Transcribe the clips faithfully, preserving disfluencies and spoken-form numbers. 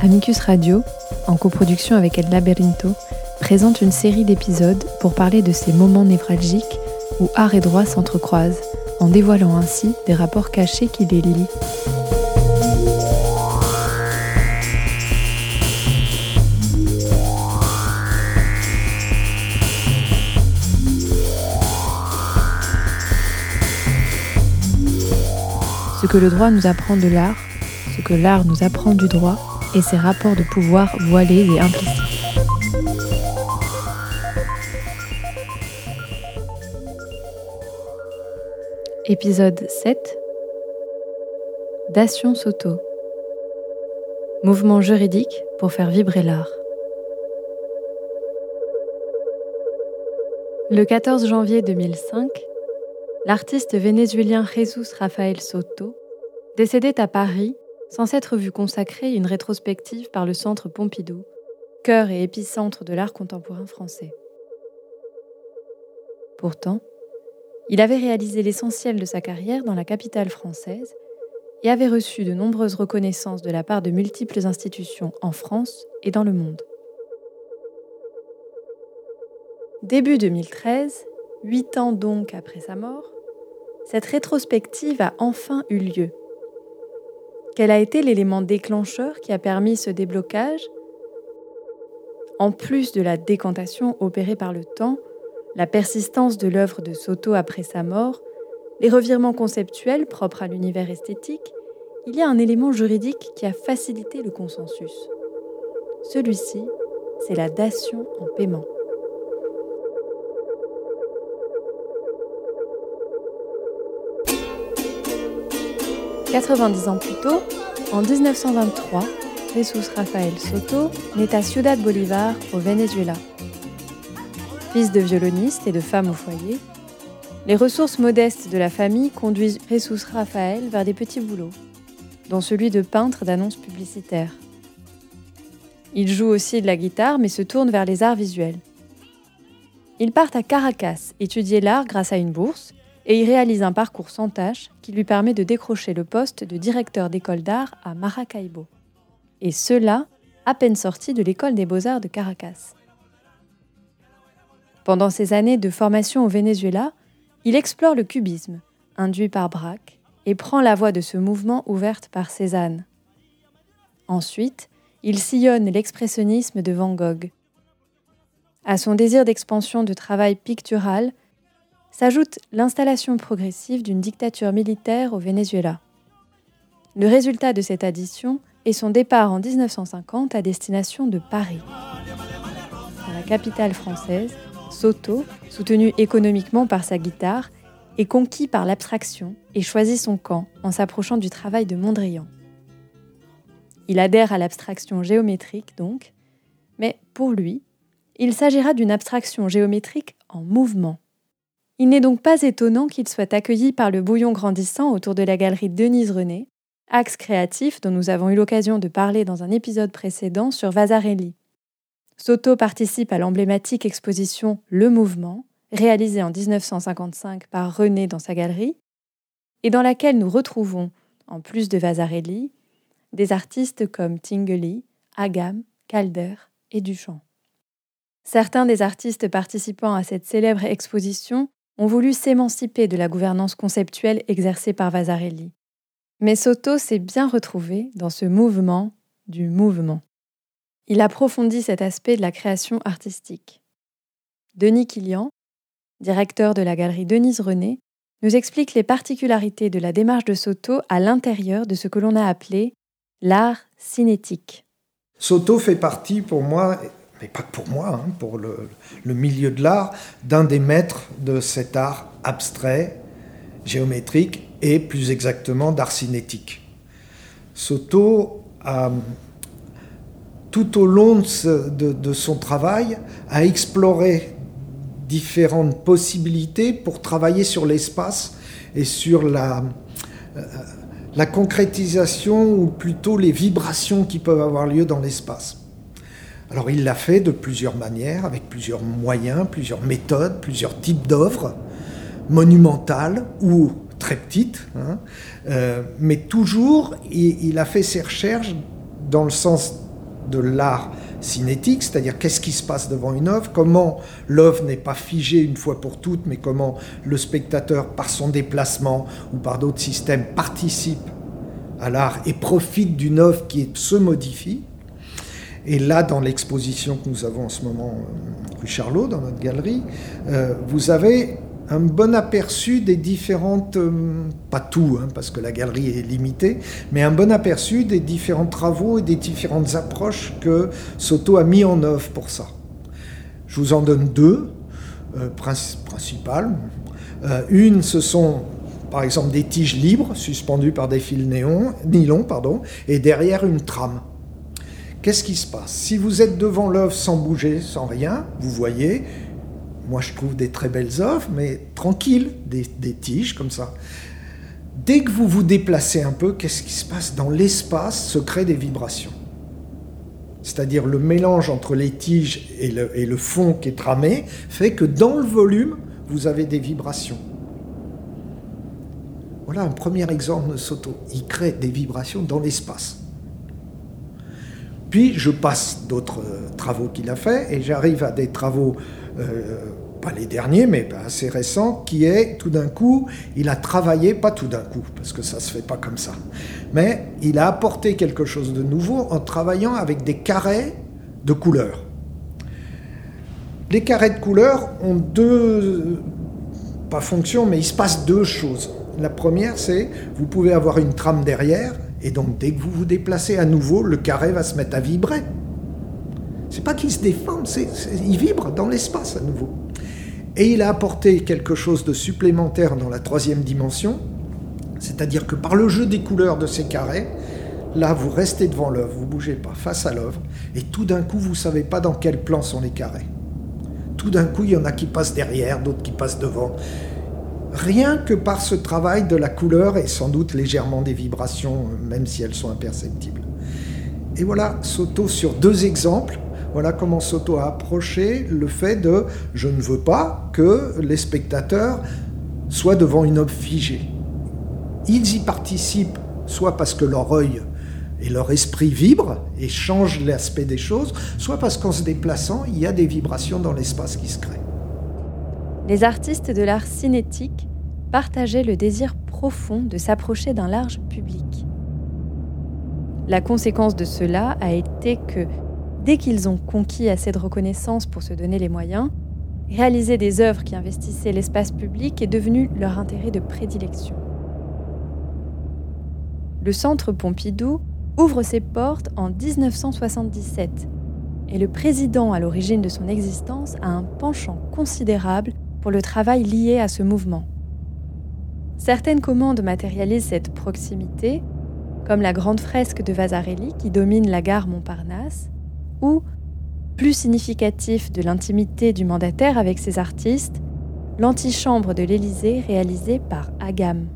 Amicus Radio, en coproduction avec El Laberinto, présente une série d'épisodes pour parler de ces moments névralgiques où art et droit s'entrecroisent, en dévoilant ainsi des rapports cachés qui les lient. Ce que le droit nous apprend de l'art, ce que l'art nous apprend du droit, et ses rapports de pouvoir voilés et implicites. Épisode sept. Dacian Soto. Mouvement juridique pour faire vibrer l'art. Le quatorze janvier deux mille cinq, l'artiste vénézuélien Jesús Rafael Soto décédait à Paris sans s'être vu consacrer une rétrospective par le Centre Pompidou, cœur et épicentre de l'art contemporain français. Pourtant, il avait réalisé l'essentiel de sa carrière dans la capitale française et avait reçu de nombreuses reconnaissances de la part de multiples institutions en France et dans le monde. Début deux mille treize, huit ans donc après sa mort, cette rétrospective a enfin eu lieu. Quel a été l'élément déclencheur qui a permis ce déblocage ? En plus de la décantation opérée par le temps, la persistance de l'œuvre de Soto après sa mort, les revirements conceptuels propres à l'univers esthétique, il y a un élément juridique qui a facilité le consensus. Celui-ci, c'est la dation en paiement. quatre-vingt-dix ans plus tôt, en dix-neuf cent vingt-trois, Jesús Rafael Soto naît à Ciudad Bolívar, au Venezuela. Fils de violoniste et de femme au foyer, les ressources modestes de la famille conduisent Jesús Rafael vers des petits boulots, dont celui de peintre d'annonces publicitaires. Il joue aussi de la guitare, mais se tourne vers les arts visuels. Il part à Caracas étudier l'art grâce à une bourse, et il réalise un parcours sans tâche qui lui permet de décrocher le poste de directeur d'école d'art à Maracaibo. Et cela, à peine sorti de l'école des beaux-arts de Caracas. Pendant ces années de formation au Venezuela, il explore le cubisme, induit par Braque, et prend la voie de ce mouvement ouverte par Cézanne. Ensuite, il sillonne l'expressionnisme de Van Gogh. À son désir d'expansion de travail pictural, s'ajoute l'installation progressive d'une dictature militaire au Venezuela. Le résultat de cette addition est son départ en dix-neuf cent cinquante à destination de Paris. Dans la capitale française, Soto, soutenu économiquement par sa guitare, est conquis par l'abstraction et choisit son camp en s'approchant du travail de Mondrian. Il adhère à l'abstraction géométrique donc, mais pour lui, il s'agira d'une abstraction géométrique en mouvement. Il n'est donc pas étonnant qu'il soit accueilli par le bouillon grandissant autour de la galerie Denise René, axe créatif dont nous avons eu l'occasion de parler dans un épisode précédent sur Vasarely. Soto participe à l'emblématique exposition Le Mouvement, réalisée en dix-neuf cent cinquante-cinq par René dans sa galerie, et dans laquelle nous retrouvons, en plus de Vasarely, des artistes comme Tinguely, Agam, Calder et Duchamp. Certains des artistes participant à cette célèbre exposition ont voulu s'émanciper de la gouvernance conceptuelle exercée par Vasarely. Mais Soto s'est bien retrouvé dans ce mouvement du mouvement. Il approfondit cet aspect de la création artistique. Denis Kilian, directeur de la galerie Denise René, nous explique les particularités de la démarche de Soto à l'intérieur de ce que l'on a appelé l'art cinétique. Soto fait partie pour moi, mais pas pour moi, hein, pour le, le milieu de l'art, d'un des maîtres de cet art abstrait, géométrique et plus exactement d'art cinétique. Soto, a, tout au long de, ce, de, de son travail, a exploré différentes possibilités pour travailler sur l'espace et sur la, euh, la concrétisation ou plutôt les vibrations qui peuvent avoir lieu dans l'espace. Alors il l'a fait de plusieurs manières, avec plusieurs moyens, plusieurs méthodes, plusieurs types d'œuvres, monumentales ou très petites, hein, euh, mais toujours il, il a fait ses recherches dans le sens de l'art cinétique, c'est-à-dire qu'est-ce qui se passe devant une œuvre, comment l'œuvre n'est pas figée une fois pour toutes, mais comment le spectateur, par son déplacement ou par d'autres systèmes, participe à l'art et profite d'une œuvre qui se modifie. Et là, dans l'exposition que nous avons en ce moment rue Charlot, dans notre galerie, euh, vous avez un bon aperçu des différentes, euh, pas tout, hein, parce que la galerie est limitée, mais un bon aperçu des différents travaux et des différentes approches que Soto a mis en œuvre pour ça. Je vous en donne deux euh, princi- principales. Euh, une, ce sont par exemple des tiges libres suspendues par des fils néon, nylon, pardon, et derrière une trame. Qu'est-ce qui se passe ? Si vous êtes devant l'œuvre sans bouger, sans rien, vous voyez, moi je trouve des très belles œuvres, mais tranquilles, des, des tiges comme ça. Dès que vous vous déplacez un peu, qu'est-ce qui se passe ? Dans l'espace se créent des vibrations. C'est-à-dire le mélange entre les tiges et le, et le fond qui est tramé fait que dans le volume, vous avez des vibrations. Voilà un premier exemple de Soto. Il crée des vibrations dans l'espace. Puis je passe d'autres euh, travaux qu'il a fait et j'arrive à des travaux, euh, pas les derniers, mais assez récents, qui est tout d'un coup, il a travaillé, pas tout d'un coup, parce que ça ne se fait pas comme ça, mais il a apporté quelque chose de nouveau en travaillant avec des carrés de couleurs. Les carrés de couleurs ont deux, pas fonctions, mais il se passe deux choses. La première, c'est vous pouvez avoir une trame derrière, et donc dès que vous vous déplacez à nouveau, le carré va se mettre à vibrer. C'est pas qu'il se déforme, c'est, c'est, il vibre dans l'espace à nouveau. Et il a apporté quelque chose de supplémentaire dans la troisième dimension, c'est-à-dire que par le jeu des couleurs de ces carrés, là vous restez devant l'œuvre, vous bougez pas, face à l'œuvre, et tout d'un coup vous savez pas dans quel plan sont les carrés. Tout d'un coup il y en a qui passent derrière, d'autres qui passent devant. Rien que par ce travail de la couleur et sans doute légèrement des vibrations, même si elles sont imperceptibles. Et voilà, Soto sur deux exemples, voilà comment Soto a approché le fait de « je ne veux pas que les spectateurs soient devant une œuvre figée ». Ils y participent soit parce que leur œil et leur esprit vibrent et changent l'aspect des choses, soit parce qu'en se déplaçant, il y a des vibrations dans l'espace qui se créent. Les artistes de l'art cinétique partageaient le désir profond de s'approcher d'un large public. La conséquence de cela a été que, dès qu'ils ont conquis assez de reconnaissance pour se donner les moyens, réaliser des œuvres qui investissaient l'espace public est devenu leur intérêt de prédilection. Le Centre Pompidou ouvre ses portes en dix-neuf cent soixante-dix-sept et le président à l'origine de son existence a un penchant considérable pour le travail lié à ce mouvement. Certaines commandes matérialisent cette proximité, comme la grande fresque de Vasarely qui domine la gare Montparnasse, ou, plus significatif de l'intimité du mandataire avec ses artistes, l'antichambre de l'Élysée réalisée par Agam.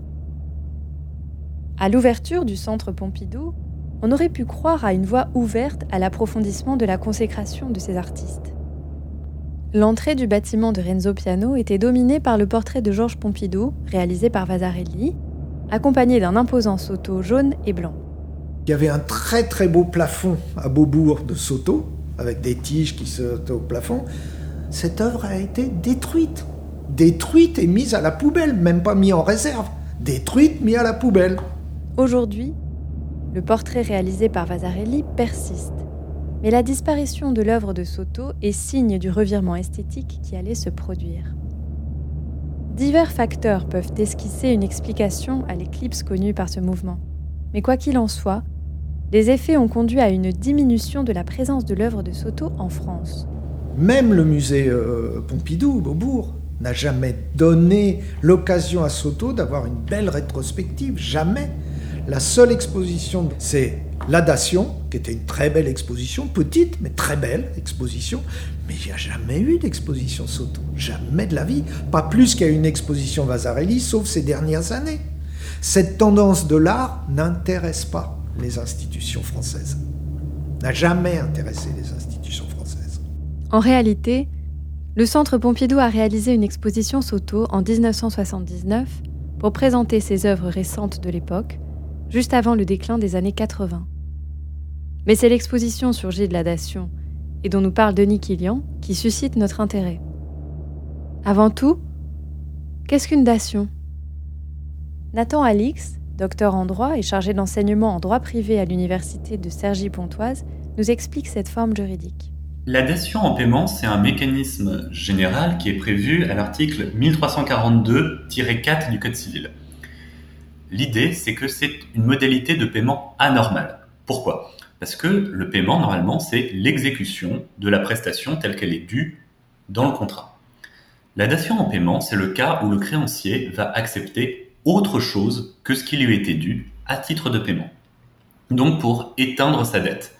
À l'ouverture du Centre Pompidou, on aurait pu croire à une voie ouverte à l'approfondissement de la consécration de ces artistes. L'entrée du bâtiment de Renzo Piano était dominée par le portrait de Georges Pompidou, réalisé par Vasarely, accompagné d'un imposant Soto jaune et blanc. Il y avait un très très beau plafond à Beaubourg de Soto, avec des tiges qui sautaient au plafond. Cette œuvre a été détruite. Détruite et mise à la poubelle, même pas mise en réserve. Détruite, mise à la poubelle. Aujourd'hui, le portrait réalisé par Vasarely persiste. Mais la disparition de l'œuvre de Soto est signe du revirement esthétique qui allait se produire. Divers facteurs peuvent esquisser une explication à l'éclipse connue par ce mouvement. Mais quoi qu'il en soit, les effets ont conduit à une diminution de la présence de l'œuvre de Soto en France. Même le musée euh, Pompidou, Beaubourg, n'a jamais donné l'occasion à Soto d'avoir une belle rétrospective. Jamais. La seule exposition, c'est La Dation, qui était une très belle exposition, petite, mais très belle exposition. Mais il n'y a jamais eu d'exposition Soto. Jamais de la vie. Pas plus qu'il y a eu une exposition Vasarely, sauf ces dernières années. Cette tendance de l'art n'intéresse pas les institutions françaises. N'a jamais intéressé les institutions françaises. En réalité, le Centre Pompidou a réalisé une exposition Soto en dix-neuf cent soixante-dix-neuf pour présenter ses œuvres récentes de l'époque, juste avant le déclin des années quatre-vingts. Mais c'est l'exposition sur J de la dation, et dont nous parle Denis Kilian, qui suscite notre intérêt. Avant tout, qu'est-ce qu'une dation ? Nathan Alix, docteur en droit et chargé d'enseignement en droit privé à l'université de Cergy-Pontoise, nous explique cette forme juridique. La dation en paiement, c'est un mécanisme général qui est prévu à l'article mille trois cent quarante-deux tiret quatre du Code civil. L'idée, c'est que c'est une modalité de paiement anormale. Pourquoi ? Parce que le paiement, normalement, c'est l'exécution de la prestation telle qu'elle est due dans le contrat. La dation en paiement, c'est le cas où le créancier va accepter autre chose que ce qui lui était dû à titre de paiement. Donc pour éteindre sa dette.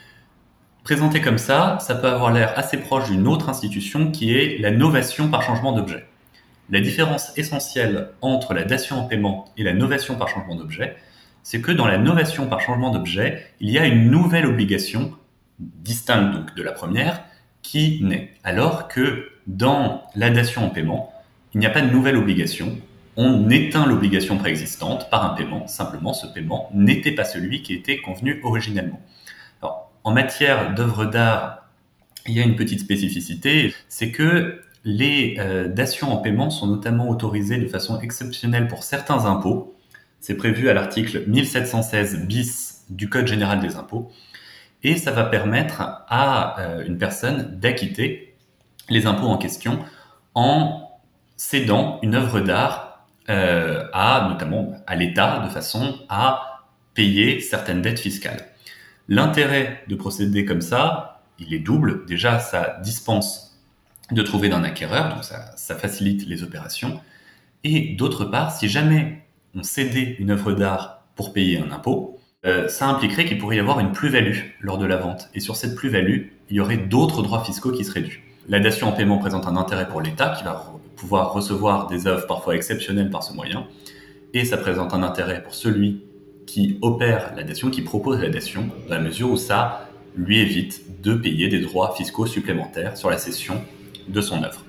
Présenté comme ça, ça peut avoir l'air assez proche d'une autre institution qui est la novation par changement d'objet. La différence essentielle entre la dation en paiement et la novation par changement d'objet, c'est que dans la novation par changement d'objet, il y a une nouvelle obligation, distincte donc de la première, qui naît. Alors que dans la dation en paiement, il n'y a pas de nouvelle obligation. On éteint l'obligation préexistante par un paiement. Simplement, ce paiement n'était pas celui qui était convenu originellement. Alors, en matière d'œuvres d'art, il y a une petite spécificité, c'est que les euh, dations en paiement sont notamment autorisées de façon exceptionnelle pour certains impôts. C'est prévu à l'article mille sept cent seize bis du Code général des impôts. Et ça va permettre à euh, une personne d'acquitter les impôts en question en cédant une œuvre d'art euh, à, notamment à l'État, de façon à payer certaines dettes fiscales. L'intérêt de procéder comme ça, il est double. Déjà, ça dispense de trouver d'un acquéreur, donc ça, ça facilite les opérations. Et d'autre part, si jamais on cédait une œuvre d'art pour payer un impôt, euh, ça impliquerait qu'il pourrait y avoir une plus-value lors de la vente. Et sur cette plus-value, il y aurait d'autres droits fiscaux qui seraient dus. La dation en paiement présente un intérêt pour l'État qui va re- pouvoir recevoir des œuvres parfois exceptionnelles par ce moyen. Et ça présente un intérêt pour celui qui opère la dation, qui propose la dation, dans la mesure où ça lui évite de payer des droits fiscaux supplémentaires sur la cession de son œuvre.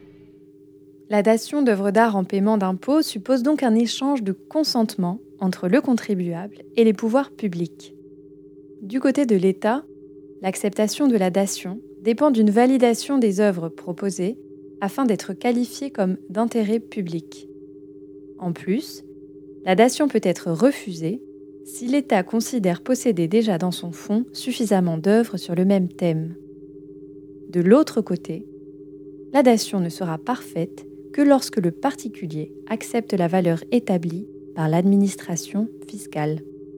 La dation d'œuvres d'art en paiement d'impôts suppose donc un échange de consentement entre le contribuable et les pouvoirs publics. Du côté de l'État, l'acceptation de la dation dépend d'une validation des œuvres proposées afin d'être qualifiée comme d'intérêt public. En plus, la dation peut être refusée si l'État considère posséder déjà dans son fonds suffisamment d'œuvres sur le même thème. De l'autre côté, la dation ne sera parfaite que lorsque le particulier accepte la valeur établie par l'administration fiscale.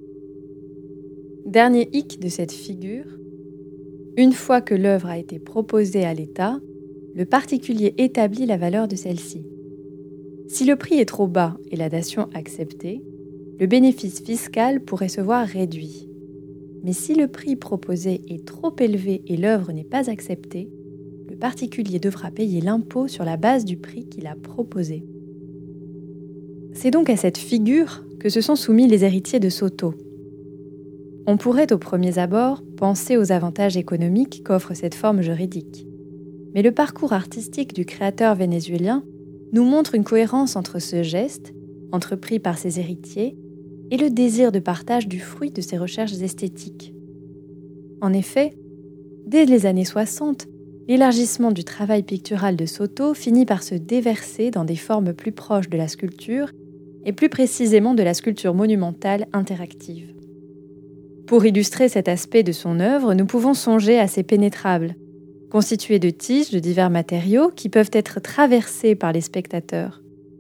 Dernier hic de cette figure, une fois que l'œuvre a été proposée à l'État, le particulier établit la valeur de celle-ci. Si le prix est trop bas et la dation acceptée, le bénéfice fiscal pourrait se voir réduit. Mais si le prix proposé est trop élevé et l'œuvre n'est pas acceptée, le particulier devra payer l'impôt sur la base du prix qu'il a proposé. C'est donc à cette figure que se sont soumis les héritiers de Soto. On pourrait au premier abord penser aux avantages économiques qu'offre cette forme juridique. Mais le parcours artistique du créateur vénézuélien nous montre une cohérence entre ce geste, entrepris par ses héritiers, et le désir de partage du fruit de ses recherches esthétiques. En effet, dès les années soixante, l'élargissement du travail pictural de Soto finit par se déverser dans des formes plus proches de la sculpture, et plus précisément de la sculpture monumentale interactive. Pour illustrer cet aspect de son œuvre, nous pouvons songer à ses pénétrables, constitués de tiges de divers matériaux qui peuvent être traversés par les spectateurs.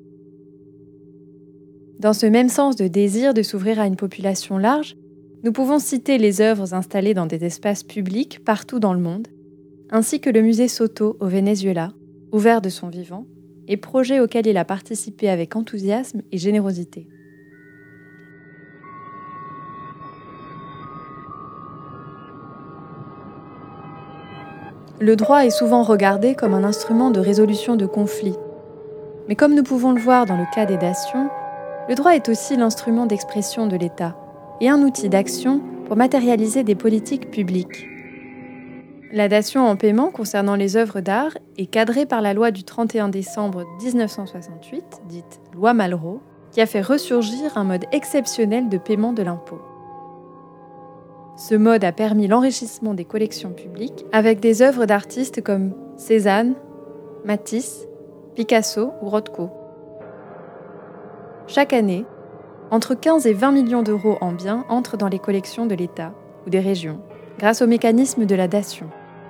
Dans ce même sens de désir de s'ouvrir à une population large, nous pouvons citer les œuvres installées dans des espaces publics partout dans le monde, ainsi que le musée Soto au Venezuela, ouvert de son vivant, et projet auquel il a participé avec enthousiasme et générosité. Le droit est souvent regardé comme un instrument de résolution de conflits. Mais comme nous pouvons le voir dans le cas des dations, le droit est aussi l'instrument d'expression de l'État et un outil d'action pour matérialiser des politiques publiques. La dation en paiement concernant les œuvres d'art est cadrée par la loi du trente et un décembre dix-neuf cent soixante-huit, dite loi Malraux, qui a fait ressurgir un mode exceptionnel de paiement de l'impôt. Ce mode a permis l'enrichissement des collections publiques avec des œuvres d'artistes comme Cézanne, Matisse, Picasso ou Rothko. Chaque année, entre quinze et vingt millions d'euros en biens entrent dans les collections de l'État ou des régions, grâce au mécanisme de la dation.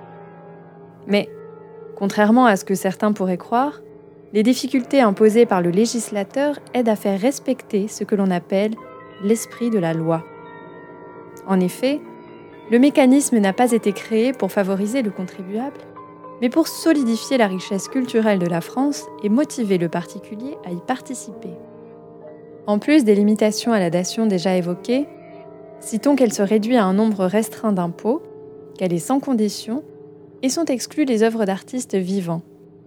Mais, contrairement à ce que certains pourraient croire, les difficultés imposées par le législateur aident à faire respecter ce que l'on appelle l'esprit de la loi. En effet, le mécanisme n'a pas été créé pour favoriser le contribuable, mais pour solidifier la richesse culturelle de la France et motiver le particulier à y participer. En plus des limitations à la dation déjà évoquées, citons qu'elle se réduit à un nombre restreint d'impôts, qu'elle est sans condition et sont exclues les œuvres d'artistes vivants.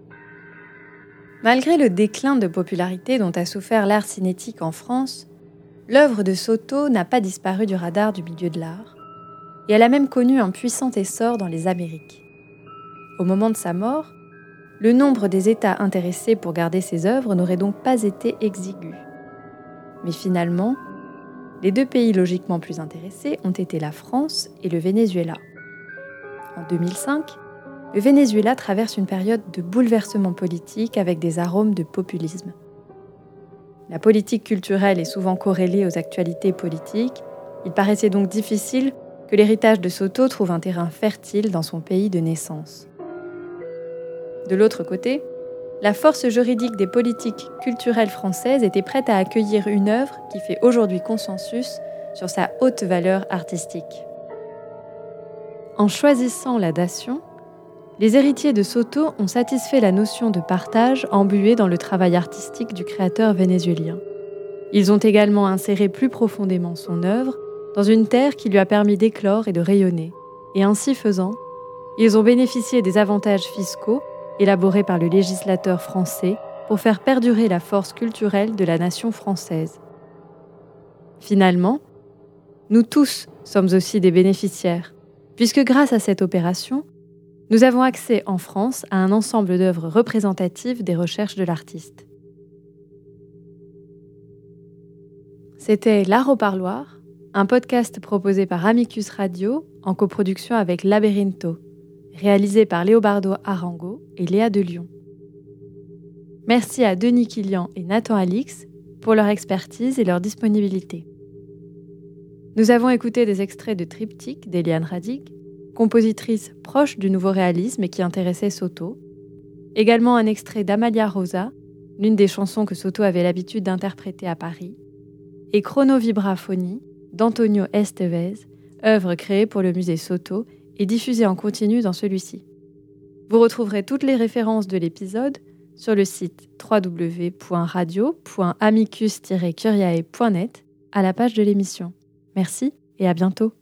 Malgré le déclin de popularité dont a souffert l'art cinétique en France, l'œuvre de Soto n'a pas disparu du radar du milieu de l'art, et elle a même connu un puissant essor dans les Amériques. Au moment de sa mort, le nombre des États intéressés pour garder ses œuvres n'aurait donc pas été exigu. Mais finalement, les deux pays logiquement plus intéressés ont été la France et le Venezuela. En deux mille cinq, le Venezuela traverse une période de bouleversement politique avec des arômes de populisme. La politique culturelle est souvent corrélée aux actualités politiques. Il paraissait donc difficile que l'héritage de Soto trouve un terrain fertile dans son pays de naissance. De l'autre côté, la force juridique des politiques culturelles françaises était prête à accueillir une œuvre qui fait aujourd'hui consensus sur sa haute valeur artistique. En choisissant la dation, les héritiers de Soto ont satisfait la notion de partage embuée dans le travail artistique du créateur vénézuélien. Ils ont également inséré plus profondément son œuvre dans une terre qui lui a permis d'éclore et de rayonner. Et ainsi faisant, ils ont bénéficié des avantages fiscaux élaborés par le législateur français pour faire perdurer la force culturelle de la nation française. Finalement, nous tous sommes aussi des bénéficiaires, puisque grâce à cette opération, nous avons accès en France à un ensemble d'œuvres représentatives des recherches de l'artiste. C'était L'Art au Parloir, un podcast proposé par Amicus Radio en coproduction avec Laberinto, réalisé par Léobardo Arango et Léa de Lyon. Merci à Denis Killian et Nathan Alix pour leur expertise et leur disponibilité. Nous avons écouté des extraits de Triptyque d'Eliane Radic, compositrice proche du nouveau réalisme et qui intéressait Soto. Également un extrait d'Amalia Rosa, l'une des chansons que Soto avait l'habitude d'interpréter à Paris. Et Chronovibraphonie d'Antonio Estevez, œuvre créée pour le musée Soto et diffusée en continu dans celui-ci. Vous retrouverez toutes les références de l'épisode sur le site w w w point radio point amicus tiret curiae point net à la page de l'émission. Merci et à bientôt.